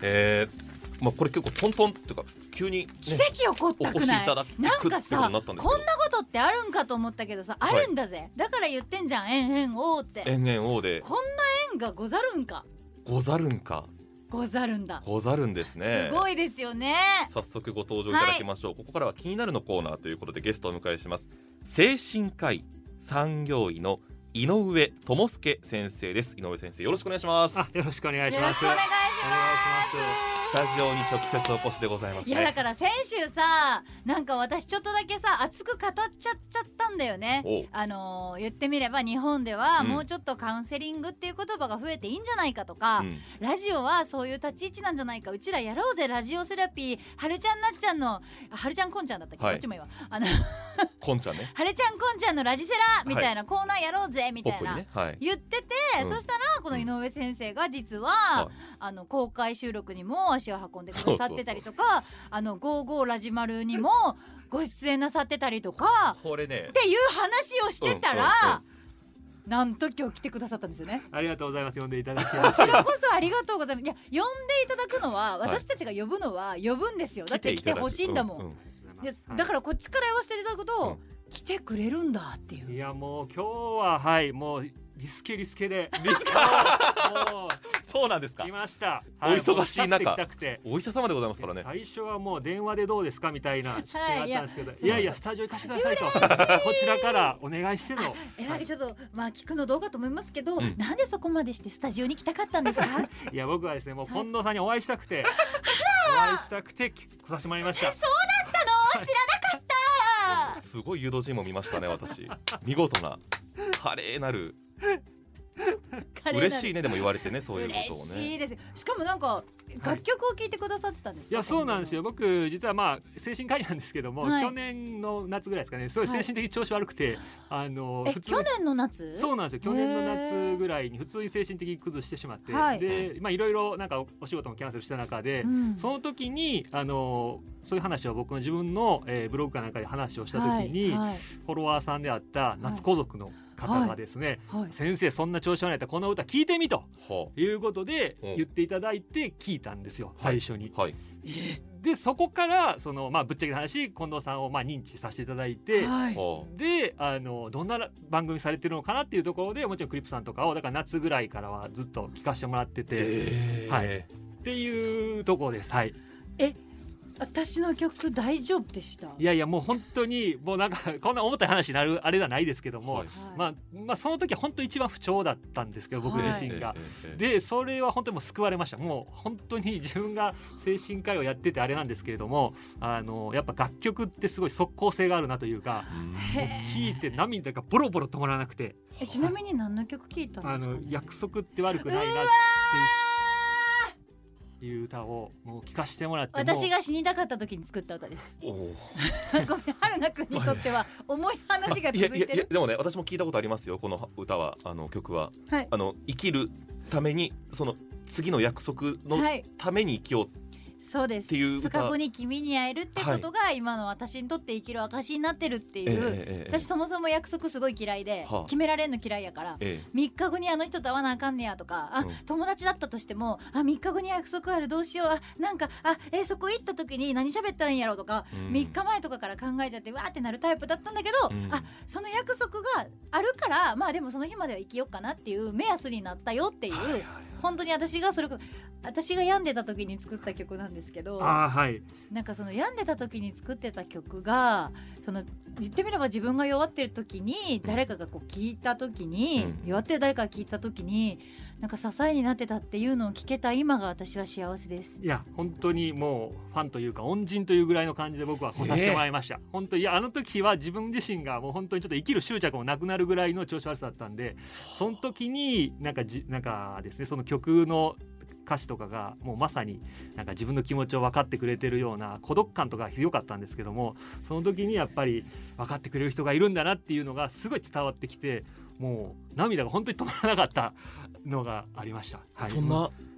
これ結構トントンっていうか急に、ね、 奇跡起こったくない？なんかさ、こんなこことってあるんかと思ったけどさ、あるんだぜ。だから言ってんじゃん、円々王って。 円々王でこんな円がござるんか。 ござるんか。 ござるんだ。 ござるんですね。 すごいですよね。 早速ご登場いただきましょう、ここからは気になるのコーナーということでゲストをお迎えします。精神科医産業医の井上智介先生です。井上先生、よろしくお願いします。 よろしくお願いします。 よろしくお願いします。 スタジオに直接お越しでございますね。 いやだから先週さ、なんか私ちょっとだけさ熱く語っちゃったんだよね。言ってみれば日本ではもうちょっとカウンセリングっていう言葉が増えていいんじゃないかとか、ラジオはそういう立ち位置なんじゃないか、うちらやろうぜラジオセラピー、はるちゃんなっちゃんのはるちゃんこんちゃんだったっけ、どっちもいいわ、 こんちゃんね、 はるちゃんこんちゃんのラジセラみたいなコーナーやろうぜみたいな、言ってて、そしたらこの井上先生が実は、公開収録にも足を運んでくださってたりとか、55ラジマルにもご出演なさってたりとか、 これねっていう話をしてたら、なんと今日来てくださったんですよね。 ありがとうございます。呼んでいただきました。 こちらこそありがとうございます。いや、呼んでいただくのは私たちが呼ぶのは呼ぶんですよ。だって来てほしいんだもん。だからこっちから言わせていただくと、来てくれるんだっていう。 いやもう今日はもうリスケでもうそうなんですか。 来ました。 お忙しい中、 お医者様でございますからね。 最初はもう電話でどうですかみたいな質問があったんですけど、いやスタジオ行かせてくださいとこちらからお願いしての。 なんかちょっと聞くのどうかと思いますけど、なんでそこまでしてスタジオに来たかったんですか？ いや僕はですね、もう近藤さんにお会いしたくて、来させてもらいました。 そうだったの？知らなかった。 すごい誘導尋問見ましたね私。見事な華麗なる。嬉しいね、でも言われてね、そういうことをね。 嬉しいです。しかもなんか楽曲を聴いてくださってたんですか？ いやそうなんですよ。僕実は精神科医なんですけども、去年の夏ぐらいですかね、すごい精神的に調子悪くて、 去年の夏？ そうなんですよ。去年の夏ぐらいに普通に精神的に崩してしまって、でいろいろなんかお仕事もキャンセルした中で、その時にそういう話を僕の自分のブログかなんかで話をした時に、フォロワーさんであった夏皇族の方がですね、先生そんな調子悪いったらこの歌聴いてみということで言っていただいて聞いたんですよ、最初に。でそこからぶっちゃけな話、近藤さんを認知させていただいて、でどんな番組されてるのかなっていうところで、もちろんクリップさんとかをだから夏ぐらいからはずっと聞かせてもらってて、っていうところです。 私の曲大丈夫でした？ いやもう本当にもうなんかこんな重たい話になるあれではないですけども、その時は本当一番不調だったんですけど、僕自身が、でそれは本当にもう救われました。もう本当に自分が精神科医をやっててあれなんですけれども、やっぱ楽曲ってすごい即効性があるなというか、聴いて涙がボロボロ止まらなくて。 ちなみに何の曲聴いたんですか？ 約束って悪くないなっていう歌をもう聴かせてもらって、 私が死にたかった時に作った歌です。ごめん、春菜くんにとっては重い話が続いてる。 でもね、私も聞いたことありますよ、この歌は。曲は、生きるために、その次の約束のために生きよう。 そうです。2日後に君に会えるってことが今の私にとって生きる証になってるっていう、私そもそも約束すごい嫌いで、決められんの嫌いやから、3日後にあの人と会わなあかんねやとか、友達だったとしても3日後に約束ある、どうしよう、なんかそこ行った時に何喋ったらいいんやろうとか、3日前とかから考えちゃってわーってなるタイプだったんだけど、その約束があるから、でもその日までは生きようかなっていう目安になったよっていう、本当に私が病んでた時に作った曲なんですけど、なんかその病んでた時に作ってた曲が、言ってみれば自分が弱ってる時に誰かが聞いた時に、弱ってる誰かが聞いた時になんか支えになってたっていうのを聞けた今が私は幸せです。 いや本当にもうファンというか恩人というぐらいの感じで僕は来させてもらいました。本当にあの時は自分自身がもう本当にちょっと生きる執着もなくなるぐらいの調子悪さだったんで、その時になんかですね、その曲の歌詞とかがもうまさになんか自分の気持ちを分かってくれてるような孤独感とかひどかったんですけども、その時にやっぱり分かってくれる人がいるんだなっていうのがすごい伝わってきて、もう涙が本当に止まらなかったのがありました。 そんな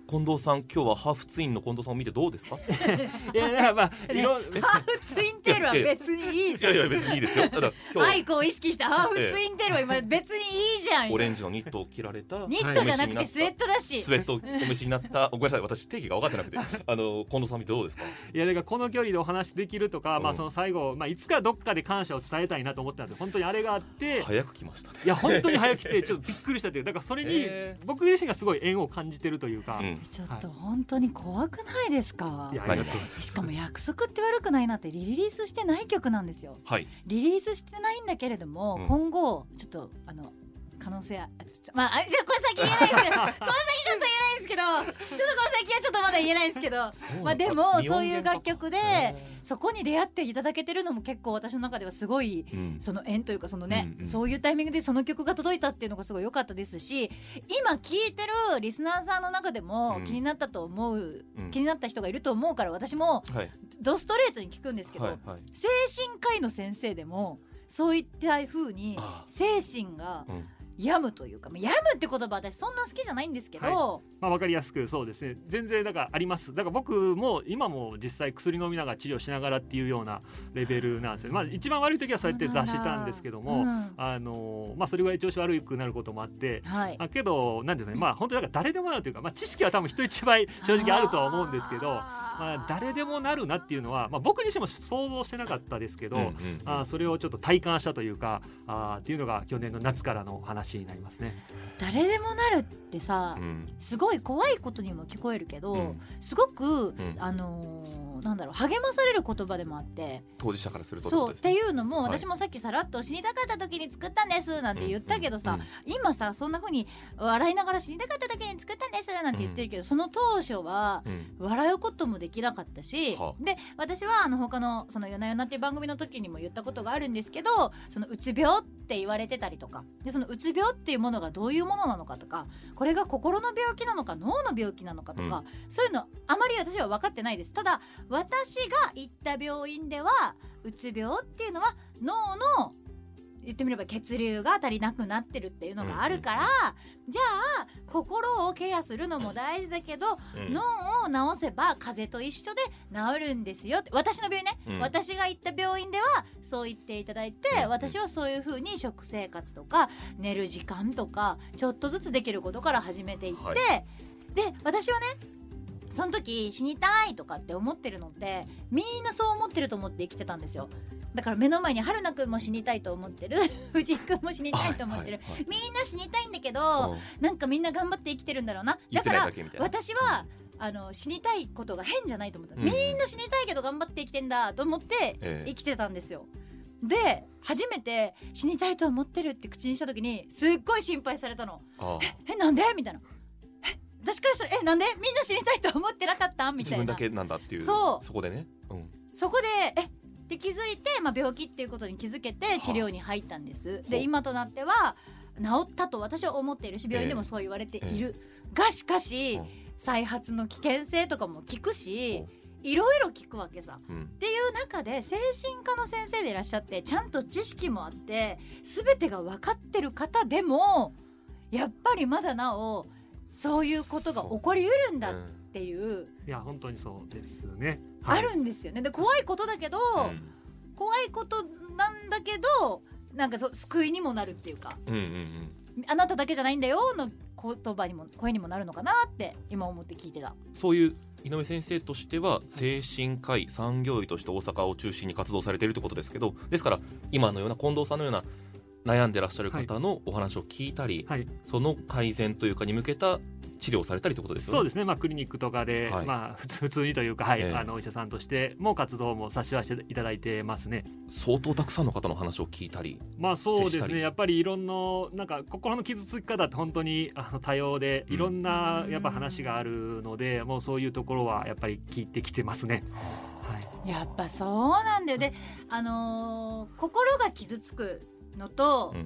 近藤さん、今日はハーフツインの近藤さんを見てどうですか？ いや、だからまあ、 ハーフツインテールは別にいいじゃん。 いや別にいいですよ。ただ今日アイコを意識したハーフツインテールは今別にいいじゃん。 オレンジのニットを着られた、 ニットじゃなくてスウェットだし、 スウェットお召しになったごめんなさい、私定義が分かってなくて近藤さん見てどうですか？ いや、だからこの距離でお話できるとか、まあその最後、いつかどっかで感謝を伝えたいなと思ったんですよ。本当にあれがあって、 早く来ましたね。 いや本当に早く来てちょっとびっくりしたという、だからそれに僕自身がすごい縁を感じてるというか、 ちょっと本当に怖くないですか？ いや、 しかも約束って悪くないなってリリースしてない曲なんですよ。リリースしてないんだけれども、今後ちょっと可能性はじゃあこれ先言えないですけどこの先ちょっと言えないですけどこの先はちょっとまだ言えないですけどでもそういう楽曲でそこに出会っていただけてるのも結構私の中ではすごい、その縁というかそのね、そういうタイミングでその曲が届いたっていうのがすごい良かったですし、今聴いてるリスナーさんの中でも気になったと思う、気になった人がいると思うから、私もドストレートに聞くんですけど、精神科医の先生でもそういった風に精神が病むというか、病むって言葉私そんな好きじゃないんですけど、 分かりやすくそうですね、全然だからあります。だから僕も今も実際薬飲みながら治療しながらっていうようなレベルなんですよ。一番悪い時はそうやって出したんですけども、それぐらい調子悪くなることもあって、けどなんていうのね、本当にだから誰でもなるというか、知識は多分人一倍正直あるとは思うんですけど、誰でもなるなっていうのは、僕自身も想像してなかったですけど、それをちょっと体感したというかっていうのが去年の夏からの話になりますね。 誰でもなるってさ、すごい怖いことにも聞こえるけど、すごく、なんだろう、励まされる言葉でもあって、 当事者からするとそうっていうのも、私もさっきさらっと死にたかった時に作ったんですなんて言ったけどさ、今さそんな風に笑いながら死にたかった時に作ったんですなんて言ってるけど、その当初は笑うこともできなかったし、で私は他のその夜な夜なっていう番組の時にも言ったことがあるんですけど、そのうつ病って言われてたりとかで、そのうつ病っていうものがどういうものなのかとか、これが心の病気なのか脳の病気なのかとか、そういうのあまり私は分かってないです。ただ私が行った病院ではうつ病っていうのは脳の言ってみれば血流が足りなくなってるっていうのがあるから、じゃあ心をケアするのも大事だけど、脳を治せば風邪と一緒で治るんですよって、私の病院ね、私が行った病院ではそう言っていただいて、私はそういう風に食生活とか寝る時間とかちょっとずつできることから始めていって、で私はねその時死にたいとかって思ってるのってみんなそう思ってると思って生きてたんですよ。だから目の前に春菜くんも死にたいと思ってる藤井くんも死にたいと思ってる、みんな死にたいんだけど、なんかみんな頑張って生きてるんだろうな。だから私は死にたいことが変じゃないと思った、みんな死にたいけど頑張って生きてんだと思って生きてたんですよ。で初めて死にたいと思ってるって口にした時にすっごい心配されたの。なんでみたいな、私からしたらなんでみんな死にたいと思ってなかったみたいな、 自分だけなんだっていう、 そこでね、 そこでって気づいて、病気っていうことに気づけて治療に入ったんです。で今となっては治ったと私は思っているし、病院でもそう言われている、がしかし再発の危険性とかも聞くし、いろいろ聞くわけさ、っていう中で精神科の先生でいらっしゃって、ちゃんと知識もあって全てが分かってる方でもやっぱりまだなおそういうことが起こりうるんだっていう、 いや本当にそうですね、 あるんですよね。で怖いことだけど、怖いことなんだけどなんか救いにもなるっていうか、あなただけじゃないんだよの言葉にも声にもなるのかなって今思って聞いてた。 そういう井上先生としては精神科医産業医として大阪を中心に活動されているということですけど、ですから今のような近藤さんのような悩んでらっしゃる方のお話を聞いたり、その改善というかに向けた治療をされたりということですよね。 そうですね、クリニックとかで、普通にというか、お医者さんとしても活動もさせていただいてますね。 相当たくさんの方の話を聞いたり、 そうですね、やっぱりいろんななんか心の傷つき方って本当に多様でいろんなやっぱ話があるので、もうそういうところはやっぱり聞いてきてますね。 やっぱそうなんだよ。で、心が傷つくのと、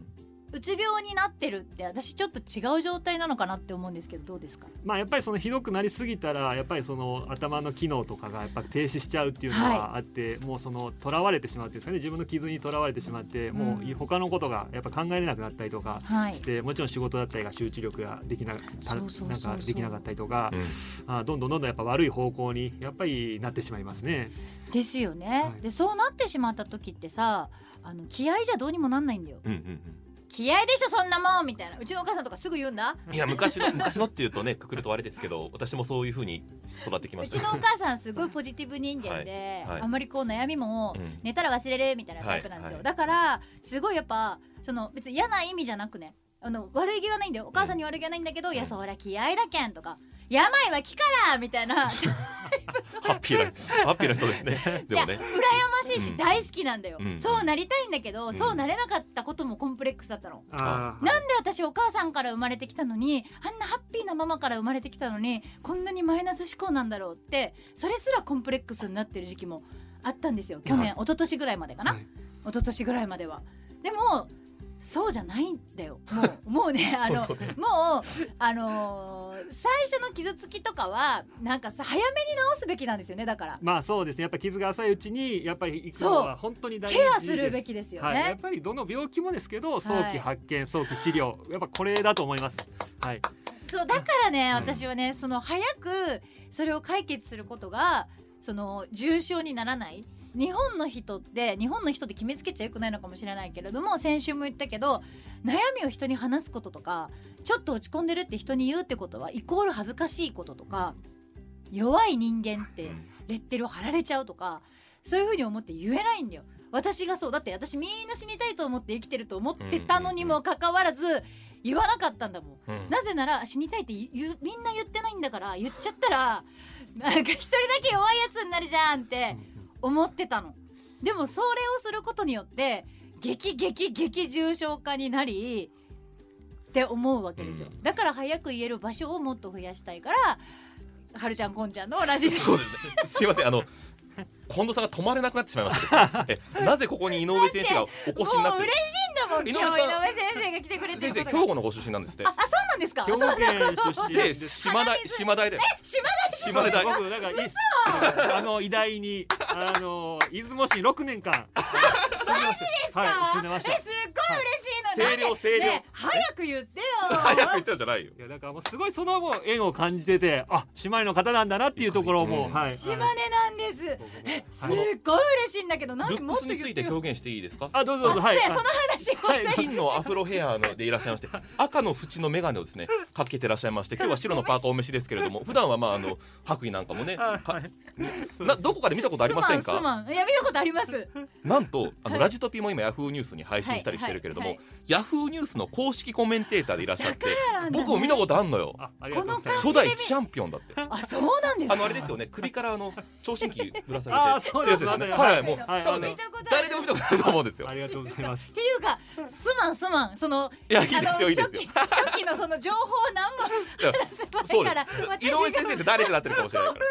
うつ病になってるって私ちょっと違う状態なのかなって思うんですけど、どうですか？ やっぱりそのひどくなりすぎたらやっぱりその頭の機能とかがやっぱ停止しちゃうっていうのはあって、もうその囚われてしまうっていうんですかね、自分の傷に囚われてしまって、もう他のことがやっぱ考えれなくなったりとかして、もちろん仕事だったりが集中力ができなかったりとか、どんどんやっぱ悪い方向にやっぱりなってしまいますね。 ですよね、でそうなってしまった時ってさ、気合じゃどうにもなんないんだよ、気合でしょそんなもんみたいな、うちのお母さんとかすぐ言うんだ。 いや昔のっていうとねくくるとあれですけど、私もそういう風に育ってきました。 うちのお母さんすごいポジティブ人間で、あんまりこう悩みも寝たら忘れるみたいなタイプなんですよ、だからすごいやっぱその別に嫌な意味じゃなくね、悪い気はないんだよ、お母さんに悪い気はないんだけど、いやそりゃ気合だけんとか病は気からみたいなハッピーな人ですね。でもね、 いや羨ましいし大好きなんだよ、そうなりたいんだけど、そうなれなかったこともコンプレックスだったの。なんで私お母さんから生まれてきたのに、あんなハッピーなママから生まれてきたのにこんなにマイナス思考なんだろうって、それすらコンプレックスになってる時期もあったんですよ。去年、一昨年ぐらいまでかな、一昨年ぐらいまでは。でもそうじゃないんだよ。もうねもう最初の傷つきとかはなんかさ早めに治すべきなんですよね。だからそうですね、やっぱり傷が浅いうちにやっぱり行くのは本当に大事です。 ケアするべきですよね、 やっぱりどの病気もですけど、早期発見、早期治療、やっぱこれだと思います。 そうだからね、私はねその早くそれを解決することがその重症にならない。日本の人って決めつけちゃよくないのかもしれないけれども、先週も言ったけど悩みを人に話すこととか、ちょっと落ち込んでるって人に言うってことはイコール恥ずかしいこととか、弱い人間ってレッテルを貼られちゃうとか、そういう風に思って言えないんだよ。私がそうだって、私みんな死にたいと思って生きてると思ってたのにもかかわらず言わなかったんだもん、なぜなら死にたいってみんな言ってないんだから、言っちゃったらなんか一人だけ弱いやつになるじゃんって思ってたの。でもそれをすることによって激重症化になりって思うわけですよ、だから早く言える場所をもっと増やしたいから、はるちゃんこんちゃんのラジオそうですね、すいません近藤さんが止まれなくなってしまいましたけどなぜここに井上先生がお越しになってる。もう嬉しいんだもん、今日井上先生が来てくれてることが。先生兵庫のご出身なんですって。 そうなんですか。 兵庫県出身で島大で島大僕なんか偉大に出雲市6年間マジですか。 住んでました。 すっごい嬉しいの。 声量ね、早く言ってよ。 早く言ってよじゃないよ。 いやだからもうすごいそのもう縁を感じてて、島根の方なんだなっていうところも、 島根なんです。すっごい嬉しいんだけど、なんでもっと言ってよ。 ルックスについて表現していいですか。 どうぞ。 その話を。 金のアフロヘアでいらっしゃいまして、赤の縁の眼鏡をですねかけてらっしゃいまして、今日は白のパーカーお召しですけれども、普段は白衣なんかもね、どこかで見たことありませんか。 いや見たことあります。 なんとラジトピも今ヤフーニュースに配信したりしてるけれども、ヤフーニュースの公式コメンテーターでいらっしゃって、僕も見たことあんのよ。初代チャンピオンだって。 そうなんですか。 あれですよね、首から聴診器ぶら下げて。 そうですね。 はい、もう誰でも見たことあると思うんですよ。 ありがとうございます。 っていうかすまんその初期のその情報を何も話せませんから、 井上先生って誰でなってるかもしれないから。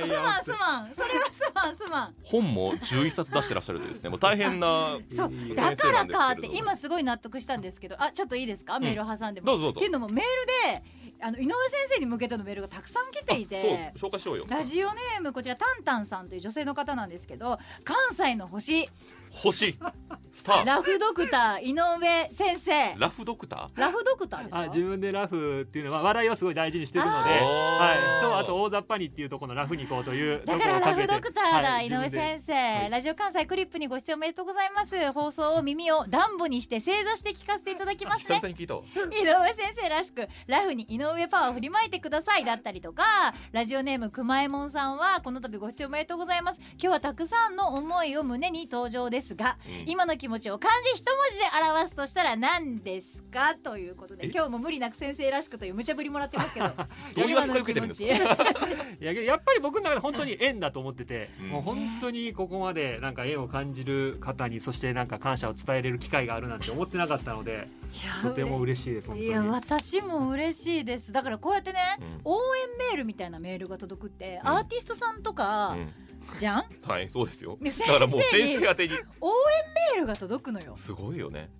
すまんそれはすまん。 本も11冊出してらっしゃるとですね、もう大変なそうだからかって今すごい納得したんですけど、ちょっといいですか、メール挟んでも。 どうぞ。 っていうのもメールで井上先生に向けてのメールがたくさん来ていて、 紹介しようよ。 ラジオネームこちらタンタンさんという女性の方なんですけど、関西の星スターラフドクター井上先生。 ラフドクターですか。 自分でラフっていうのは笑いをすごい大事にしてるので、あと大雑把にっていうところのラフに行こうという。 だからラフドクターだ、井上先生。ラジオ関西クリップにご出演おめでとうございます。放送を耳を暖房にして正座して聞かせていただきますね。 久々に聞いたわ。 井上先生らしくラフに井上パワーを振りまいてくださいだったりとか、ラジオネームくまえもんさんはこの度ご出演おめでとうございます。今日はたくさんの思いを胸に登場ですが、今の気持ちを漢字一文字で表すとしたら何ですかということで、今日も無理なく先生らしくという無茶ぶりもらってますけど、 どういう扱い受けてるんですか。 やっぱり僕の中で本当に縁だと思ってて、もう本当にここまでなんか縁を感じる方に、そしてなんか感謝を伝えれる機会があるなんて思ってなかったので、とても嬉しいです。本当に。 いや私も嬉しいです。だからこうやってね、応援メールみたいなメールが届くって、アーティストさんとか、じゃん。 はい、そうですよ。だからもう先生宛てに応援メールが届くのよ。 すごいよね。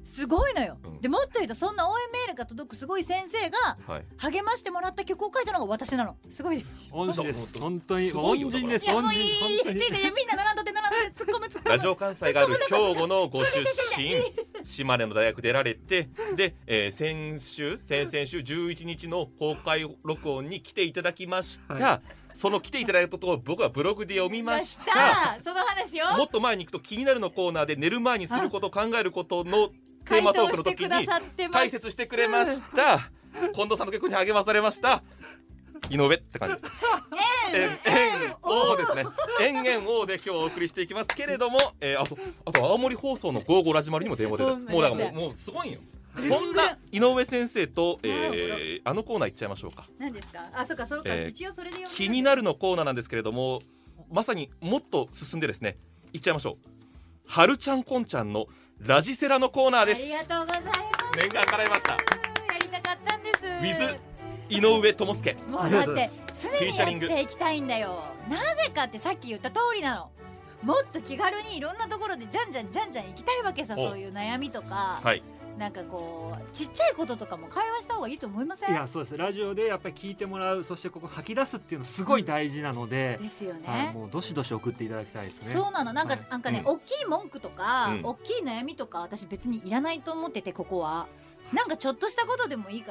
すごいのよ、でもっと言うとそんな応援メールが届くすごい先生が励ましてもらった曲を書いたのが私なの。すごい恩師です。本当に恩人です。 いやもういいみんな並んで突っ込むラジオ関西がある兵庫のご出身島根の大学出られて、で、先々週11日の公開録音に来ていただきました、その来ていただいたことを僕はブログで読みました。 その話をもっと前に行くと気になるのコーナーで寝る前にすることを考えることのテーマトークの時に解説してくれました近藤さんの曲に励まされました井上って感じです。ですね。延々王で今日お送りしていきますけれども、あと青森放送の午後ラジマルにも電話出た。もうだからもうすごいよ。そんな井上先生と、あのコーナー行っちゃいましょうか。 何ですか。そうか一応それで気になるのコーナーなんですけれども、まさにもっと進んでですね、行っちゃいましょう。はるちゃんこんちゃんのラジセラのコーナーです。 ありがとうございます。 念願叶いました。やりたかったんです。 With 井上智介。 もうだって常にやっていきたいんだよ。なぜかってさっき言った通りなの。もっと気軽にいろんなところでじゃんじゃん行きたいわけさ。そういう悩みとか、なんかこうちっちゃいこととかも会話した方がいいと思いません？ いやそうです。ラジオでやっぱり聞いてもらう、そしてここ吐き出すっていうのすごい大事なので、 ですよね。 もうどしどし送っていただきたいですね。 そうなの。なんかね、大きい文句とか、大きい悩みとか私別にいらないと思ってて、ここはなんかちょっとしたことでもいいから、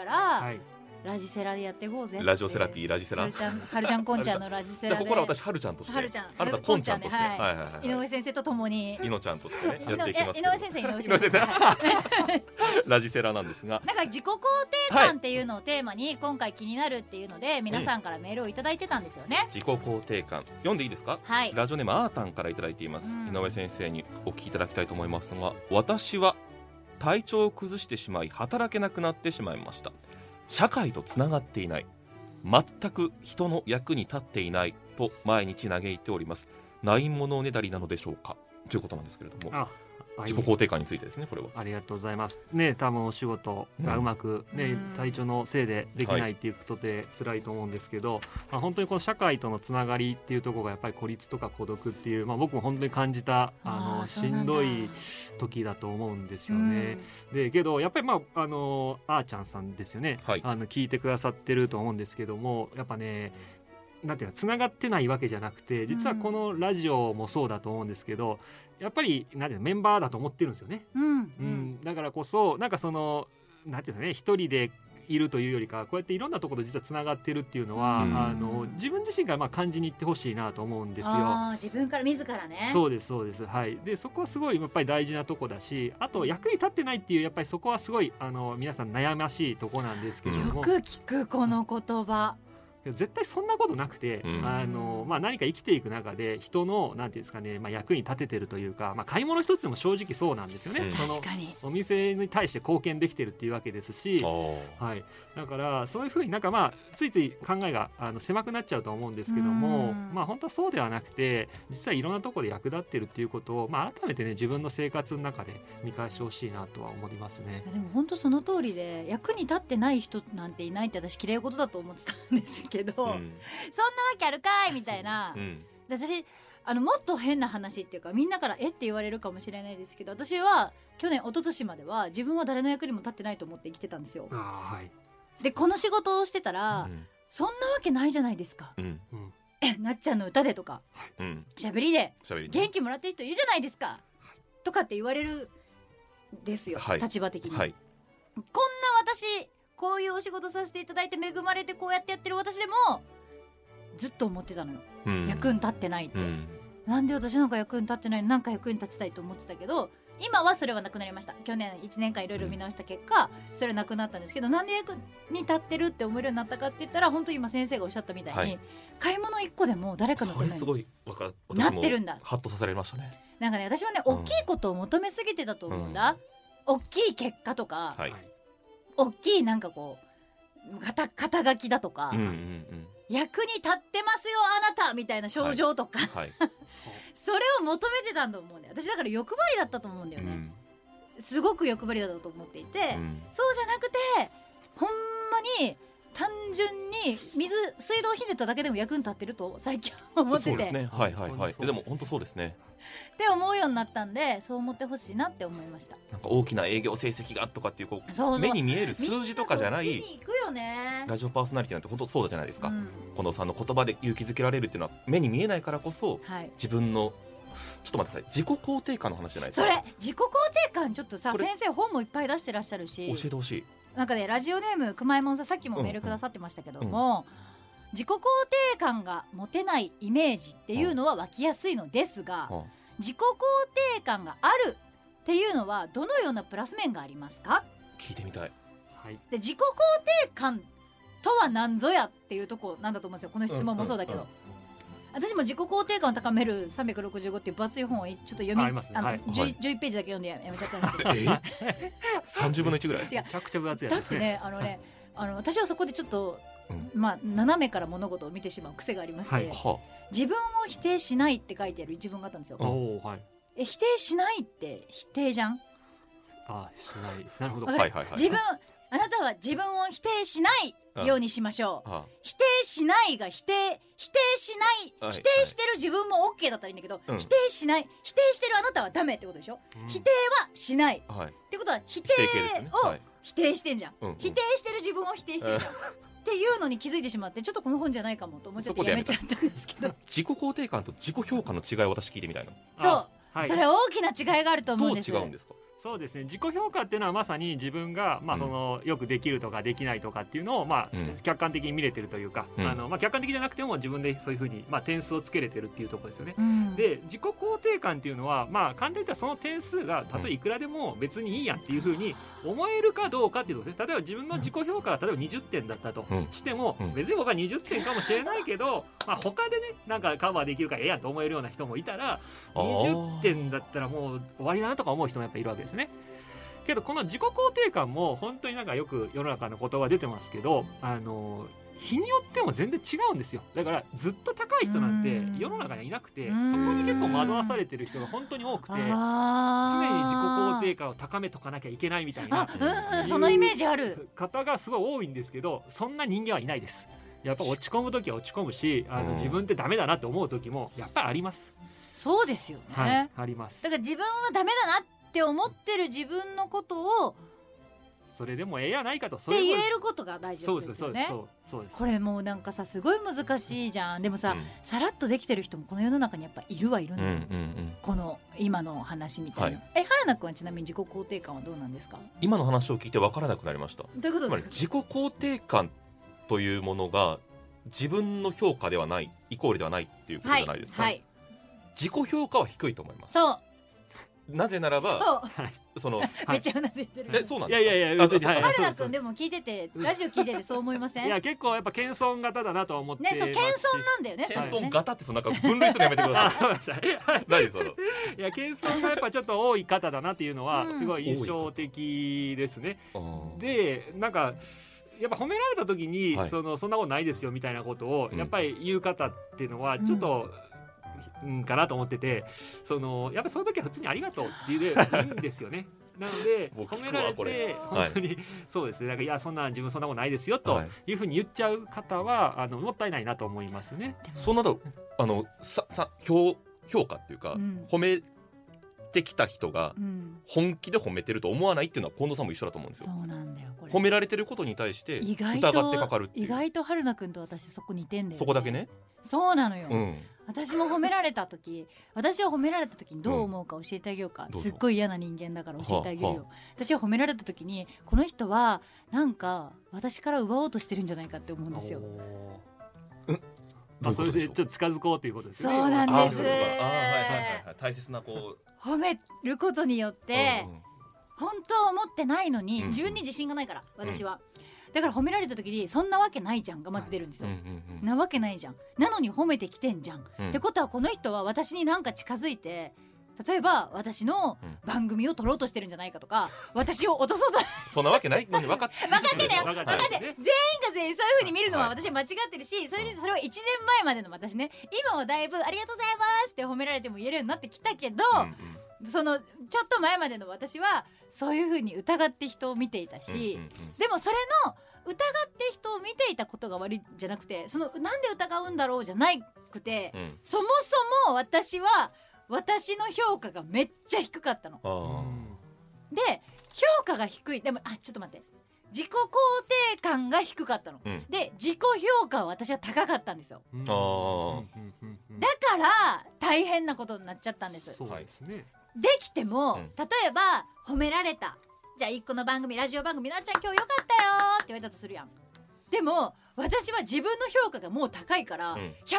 ラジセラでやっていこうぜ。 ラジオセラピーラジセラ。 はるちゃんこんちゃんのラジセラで。 ここから私はるちゃんとして、あなたこんちゃんとして、 井上先生とともにいのちゃんとしてねやっていきます。 井上先生ラジセラなんですが、 なんか自己肯定感っていうのをテーマに今回気になるっていうので皆さんからメールをいただいてたんですよね。 自己肯定感読んでいいですか？ラジオネームあーたんからいただいています。井上先生にお聞きいただきたいと思いますが、私は体調を崩してしまい働けなくなってしまいました。社会とつながっていない、全く人の役に立っていないと毎日嘆いております。ないものねだりなのでしょうか、ということなんですけれども、自己肯定感についてですね。これはありがとうございますね。多分お仕事がうまく、体調のせいでできないっていうことで辛いと思うんですけど、本当にこの社会とのつながりっていうところがやっぱり孤立とか孤独っていう、僕も本当に感じたしんどい時だと思うんですよね。でけどやっぱりあーちゃんさんですよね、聞いてくださってると思うんですけども、やっぱねなんていうかつながってないわけじゃなくて、実はこのラジオもそうだと思うんですけど、やっぱりなんていうメンバーだと思ってるんですよね。だからこそなんかそのなんていうかね、一人でいるというよりかこうやっていろんなところと実はつながってるっていうのは、自分自身が感じに行ってほしいなと思うんですよ。 自分から自らね。 そうですそうです。でそこはすごいやっぱり大事なとこだし、あと役に立ってないっていうやっぱりそこはすごい皆さん悩ましいとこなんですけども、 よく聞くこの言葉。 絶対そんなことなくて、何か生きていく中で人のなんていうんですかね、役に立ててるというか、買い物一つでも正直そうなんですよね。 確かにお店に対して貢献できてるっていうわけですし、だからそういうふうになんかついつい考えが狭くなっちゃうと思うんですけども、本当はそうではなくて、実際いろんなところで役立ってるっていうことを、改めてね自分の生活の中で見返してほしいなとは思いますね。 でも本当その通りで、役に立ってない人なんていないって私きれい事だと思ってたんですけど、そんなわけあるかいみたいな、で私もっと変な話っていうか、みんなからって言われるかもしれないですけど、私は去年一昨年までは自分は誰の役にも立ってないと思って生きてたんですよ。でこの仕事をしてたら、そんなわけないじゃないですか、なっちゃんの歌でとか、喋りで元気もらってる人いるじゃないですか、とかって言われるんですよ、立場的に、こんな私こういうお仕事させていただいて恵まれてこうやってやってる私でもずっと思ってたのよ、役に立ってないって、なんで私なんか役に立ってないの、なんか役に立ちたいと思ってたけど、今はそれはなくなりました。去年1年間いろいろ見直した結果、それはなくなったんですけど、なんで役に立ってるって思えるようになったかって言ったら、本当に今先生がおっしゃったみたいに、買い物1個でも誰かのためになってるんだ。 ハッとさせられましたね。 なんかね、私はね、大きいことを求めすぎてたと思うんだ、大きい結果とか、大きいなんかこう肩書きだとか、役に立ってますよあなたみたいな症状とか、それを求めてたんだと思うんだよ。私だから欲張りだったと思うんだよね、すごく欲張りだったと思っていて、そうじゃなくてほんまに単純に水道ひねっただけでも役に立ってると最近思ってて、 そうですね、はいはいはい、でも本当そうですねって思うようになったんで、そう思ってほしいなって思いました。 なんか大きな営業成績がとかっていう、そう目に見える数字とかじゃない、 行くよね、 ラジオパーソナリティなんて本当そうじゃないですか、近藤さんの言葉で勇気づけられるっていうのは目に見えないからこそ、自分のちょっと待ってください、自己肯定感の話じゃないですか。 それ自己肯定感ちょっとさ、先生本もいっぱい出してらっしゃるし教えてほしい。 なんかね、ラジオネームくまえもんさん、さっきもメールくださってましたけども、自己肯定感が持てないイメージっていうのは湧きやすいのですが、自己肯定感があるっていうのはどのようなプラス面がありますか？ 聞いてみたい。 で自己肯定感とは何ぞやっていうとこなんだと思うんですよ、この質問もそうだけど、私も自己肯定感を高める365っていう分厚い本をちょっと読み、11ページだけ読んでやめちゃったんですけど 30分の1ぐらい、 めちゃくちゃ分厚いやつですね。 だってね、私はそこでちょっと、斜めから物事を見てしまう癖がありまして、自分を否定しないって書いてある一文があったんですよ。否定しないって否定じゃん。 しない。なるほど。 あなたは自分を否定しないようにしましょう。否定しないが否定してる自分も OK だったらいいんだけど、否定しない、否定してるあなたはダメってことでしょ。否定はしないってことは否定を否定してんじゃん。否定してる自分を否定してるじゃんっていうのに気づいてしまって、ちょっとこの本じゃないかもと思っちゃってやめちゃったんですけど、 自己肯定感と自己評価の違いを私聞いてみたいの。 そう、それ大きな違いがあると思うんです。 どう違うんですか？ そうですね、自己評価っていうのはまさに自分が、そのよくできるとかできないとかっていうのを、客観的に見れてるというか、客観的じゃなくても自分でそういうふうに、点数をつけれてるっていうところですよね。で自己肯定感っていうのは、簡単に言ったらその点数がたとえいくらでも別にいいやっていうふうに思えるかどうかっていうところです。例えば自分の自己評価が例えば20点だったとしても、別に僕は20点かもしれないけど、他でねなんかカバーできるからええやんと思えるような人もいたら、20点だったらもう終わりだなとか思う人もやっぱいるわけですね。けどこの自己肯定感も本当になんかよく世の中の言葉出てますけど、日によっても全然違うんですよ。だからずっと高い人なんて世の中にはいなくて、そこに結構惑わされてる人が本当に多くて、常に自己肯定感を高めとかなきゃいけないみたいな、 そのイメージある方がすごい多いんですけど、そんな人間はいないです。やっぱ落ち込む時は落ち込むし、自分ってダメだなって思う時もやっぱりあります。 そうですよね、 あります。 だから自分はダメだなって思ってる自分のことをそれでもええやないかと、 って言えることが大事なんですよね。 そうです。 これもうなんかさすごい難しいじゃん。でもさ、さらっとできてる人もこの世の中にやっぱいるのよ、この今の話みたいな。原田君はちなみに自己肯定感はどうなんですか？ 今の話を聞いて分からなくなりました。 どういうことですか？ つまり自己肯定感というものが自分の評価ではないイコールではないっていうことじゃないですか。自己評価は低いと思います。 そうなぜならばそのめっちゃうなずいてる。 そうなんですか？ いや原田君でも聞いてて、ラジオ聞いててそう思いません？ いや結構やっぱ謙遜型だなと思ってね。 そう謙遜なんだよね。 謙遜型ってなんか分類するのやめてください。何その？いや謙遜がやっぱちょっと多い方だなっていうのはすごい印象的ですね。でなんかやっぱ褒められた時に、そんなことないですよみたいなことをやっぱり言う方っていうのはちょっと、かなと思ってて、やっぱその時は普通にありがとうっていうでいいんですよね。なので褒められて本当にそうですね、なんかいやそんな自分そんなことないですよというふうに言っちゃう方はもったいないなと思いますね。 そんなの評価っていうか、褒めてきた人が本気で褒めてると思わないっていうのは近藤さんも一緒だと思うんですよ。 そうなんだよ。これ褒められてることに対して疑ってかかるっていう。 意外と春菜くんと私そこ似てんだよね。 そこだけね。 そうなのよ、私も褒められた時、私は褒められた時にどう思うか教えてあげようか。すっごい嫌な人間だから教えてあげるよ。私は褒められた時にこの人はなんか私から奪おうとしてるんじるんじゃないかって思うんですよ。 それでちょっと近づこうということですね。 そうなんです。 大切な褒めることによって本当は思ってないのに、自分に自信がないから私は、だから褒められた時にそんなわけないじゃんがまず出るんですよ。なわけないじゃん。なのに褒めてきてんじゃん、ってことはこの人は私になんか近づいて、例えば私の番組を取ろうとしてるんじゃないかとか、私を落とそうとそんなわけないのに分かってんだよ。分かって全員が全員そういう風に見るのは私は間違ってるし、それは1年前までの私ね、今はだいぶありがとうございますって褒められても言えるようになってきたけど、そのちょっと前までの私はそういう風に疑って人を見ていたし、でもそれの疑って人を見ていたことが悪いじゃなくて、なんで疑うんだろうじゃなくて、そもそも私は私の評価がめっちゃ低かったの。で評価が低い、でもちょっと待って、自己肯定感が低かったの、で自己評価は私は高かったんですよ。だから大変なことになっちゃったんです。 そうですね。 できても、例えば褒められた、じゃあ1個の番組、ラジオ番組、なっちゃん今日よかったよって言われたとするやん。でも私は自分の評価がもう高いから、100点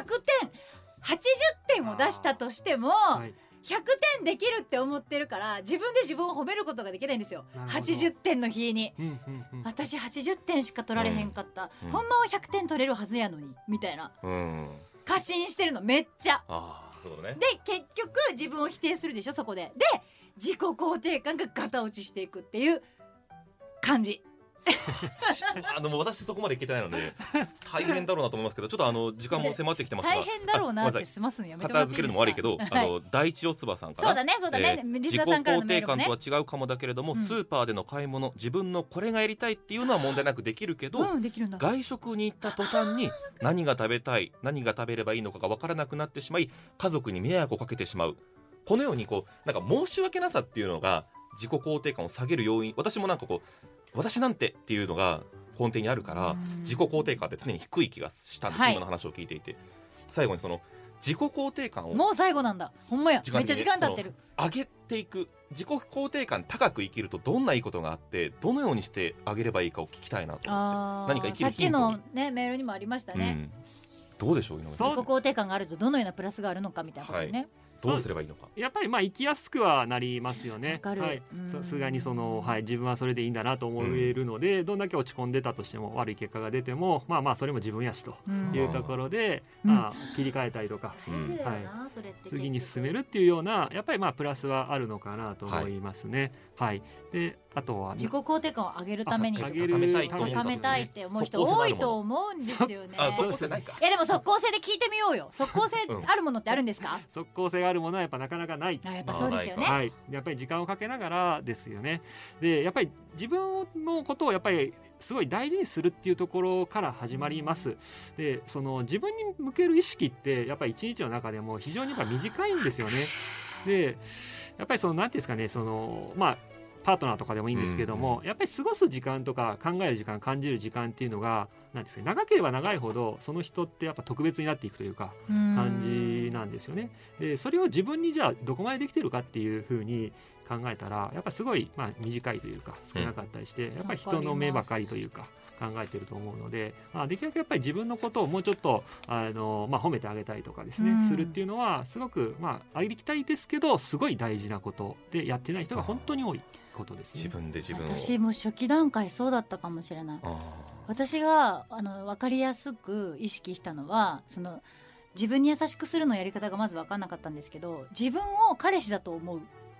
80点を出したとしても、100点できるって思ってるから、自分で自分を褒めることができないんですよ。80点の日に、私80点しか取られへんかった、ほんまは100点取れるはずやのにみたいな、過信してるのめっちゃ。 そうね、 で結局自分を否定するでしょ、そこで。で自己肯定感がガタ落ちしていくっていう感じ。 もう私そこまでいけてないので大変だろうなと思いますけど、ちょっと時間も迫ってきてますが、 大変だろうなって済ますのやめてもらっていいですか。 片付けるのも悪いけど、第一四つ葉さんから、 そうだね、リスナーさんからのメールもね、 自己肯定感とは違うかもだけれども、スーパーでの買い物、自分のこれがやりたいっていうのは問題なくできるけど、 できるんだ。 外食に行った途端に何が食べたい、何が食べればいいのかが分からなくなってしまい、家族に迷惑をかけてしまう。このようになんか申し訳なさっていうのが自己肯定感を下げる要因、私もなんか私なんてっていうのが根底にあるから、自己肯定感って常に低い気がしたんです、今の話を聞いていて。最後に自己肯定感を、 もう最後なんだ、ほんまや、めっちゃ時間経ってる。 上げていく、自己肯定感高く生きるとどんないいことがあって、どのようにして上げればいいかを聞きたいなと思って、何か生きるヒントに。 さっきのねメールにもありましたね、 どうでしょう、 自己肯定感があるとどのようなプラスがあるのかみたいなことね、 どうすればいいのか。 やっぱり生きやすくはなりますよね。 さすがに自分はそれでいいんだなと思えるので、どんだけ落ち込んでたとしても、悪い結果が出ても、それも自分やしというところで、切り替えたりとか、次に進めるっていうような、やっぱりプラスはあるのかなと思いますね。であとは自己肯定感を上げるために高めたいって思う人多いと思うんですよね。いやでも即効性で聞いてみようよ。即効性あるものってあるんですか？ 即効性があるものはやっぱなかなかない。 やっぱそうですよね。 やっぱり時間をかけながらですよね。でやっぱり自分のことをやっぱりすごい大事にするっていうところから始まります。で自分に向ける意識ってやっぱり一日の中でも非常にやっぱ短いんですよね。でやっぱりなんていうんですかね、パートナーとかでもいいんですけども、やっぱり過ごす時間とか考える時間、感じる時間っていうのがなんですか、長ければ長いほどその人ってやっぱ特別になっていくというか感じなんですよね。でそれを自分にじゃあどこまでできてるかっていうふうに考えたら、やっぱすごい短いというか少なかったりして、やっぱり人の目ばかりというか考えてると思うので、できるだけやっぱり自分のことをもうちょっと褒めてあげたりとかですね、するっていうのはすごくありきたりですけどすごい大事なことで、やってない人が本当に多いことですね。 自分で自分を。 私も初期段階そうだったかもしれない。私が分かりやすく意識したのは、自分に優しくするのやり方がまず分かんなかったんですけど、自分を彼氏だと思う。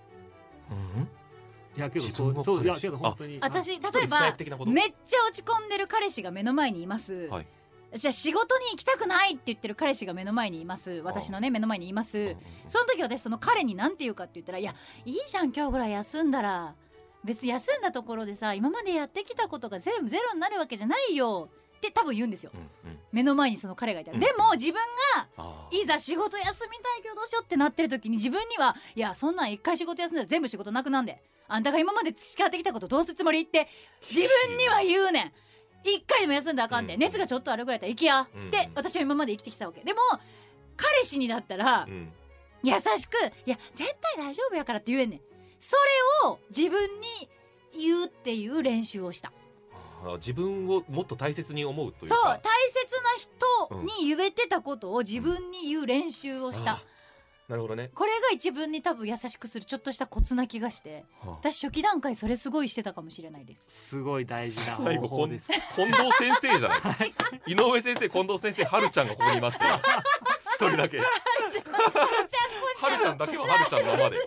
いやけどそういやけど本当に私例えばめっちゃ落ち込んでる彼氏が目の前にいます、じゃあ仕事に行きたくないって言ってる彼氏が目の前にいます、私のね目の前にいます。その時私その彼に何て言うかって言ったら、いやいいじゃん今日ぐらい休んだら、別に休んだところでさ今までやってきたことが全部ゼロになるわけじゃないよって多分言うんですよ、目の前にその彼がいたら。でも自分がいざ仕事休みたいけどどうしようってなってる時に、自分にはいやそんなん一回仕事休んだら全部仕事なくなんで、あんたが今まで培ってきたことどうするつもりって自分には言うねん。一回でも休んだらあかんで、熱がちょっとあるぐらいだったら行きやって私は今まで生きてきたわけ。でも彼氏にだったら優しく、いや絶対大丈夫やからって言えんねん。それを自分に言うっていう練習をした。 自分をもっと大切に思うというか、 そう大切な人に言えてたことを自分に言う練習をした、 なるほどね。 これが一文に多分優しくするちょっとしたコツな気がして、私初期段階それすごいしてたかもしれないです。 すごい大事な方法です。 近藤先生じゃない井上先生、近藤先生、はるちゃんがここにいましたよ一人だけはるちゃんだけははるちゃんのままで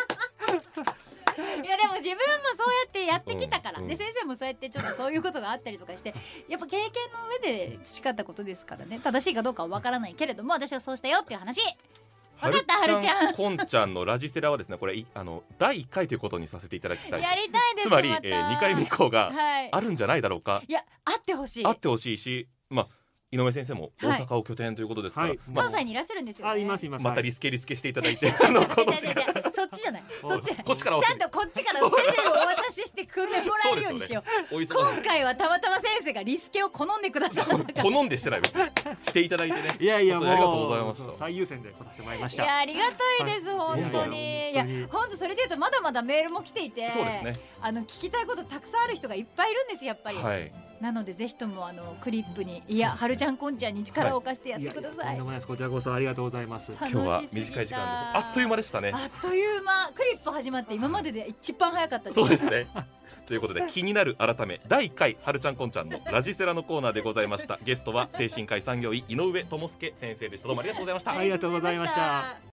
いやでも自分もそうやってやってきたから、で先生もそうやってちょっとそういうことがあったりとかして、やっぱ経験の上で培ったことですからね、正しいかどうかは分からないけれども私はそうしたよっていう話。 分かったはるちゃんこんちゃんのラジセラはですねこれ第1回ということにさせていただきたい。 やりたいですつまり、 また 2回目以降があるんじゃないだろうか、 いやあってほしいあってほしいし、井上先生も大阪を拠点ということですから、 関西にいらっしゃるんですよね。 いますまたリスケしていただいてそっちじゃないそっちじゃないこっちからちゃんとこっちからスケジュールをお渡しして組んでもらえるようにしよう。今回はたまたま先生がリスケを好んでくださったから好んでしてない別にしていただいてねいやいやもうありがとうございました。 最優先で答えてもらいました。 いやありがたいです、本当に。いや本当それでいうとまだまだメールも来ていて、 そうですね、 聞きたいことたくさんある人がいっぱいいるんですやっぱり、なのでぜひともクリップにはるちゃんこんちゃんに力を貸してやってください。 こちらこそありがとうございます。 今日は短い時間であっという間でしたね。 あっという間。クリップ始まって今までで一番早かったです。 そうですねということで気になる改め第1回はるちゃんこんちゃんのラジセラのコーナーでございました。ゲストは精神科医産業医井上智介先生でした。どうもありがとうございました。 ありがとうございました。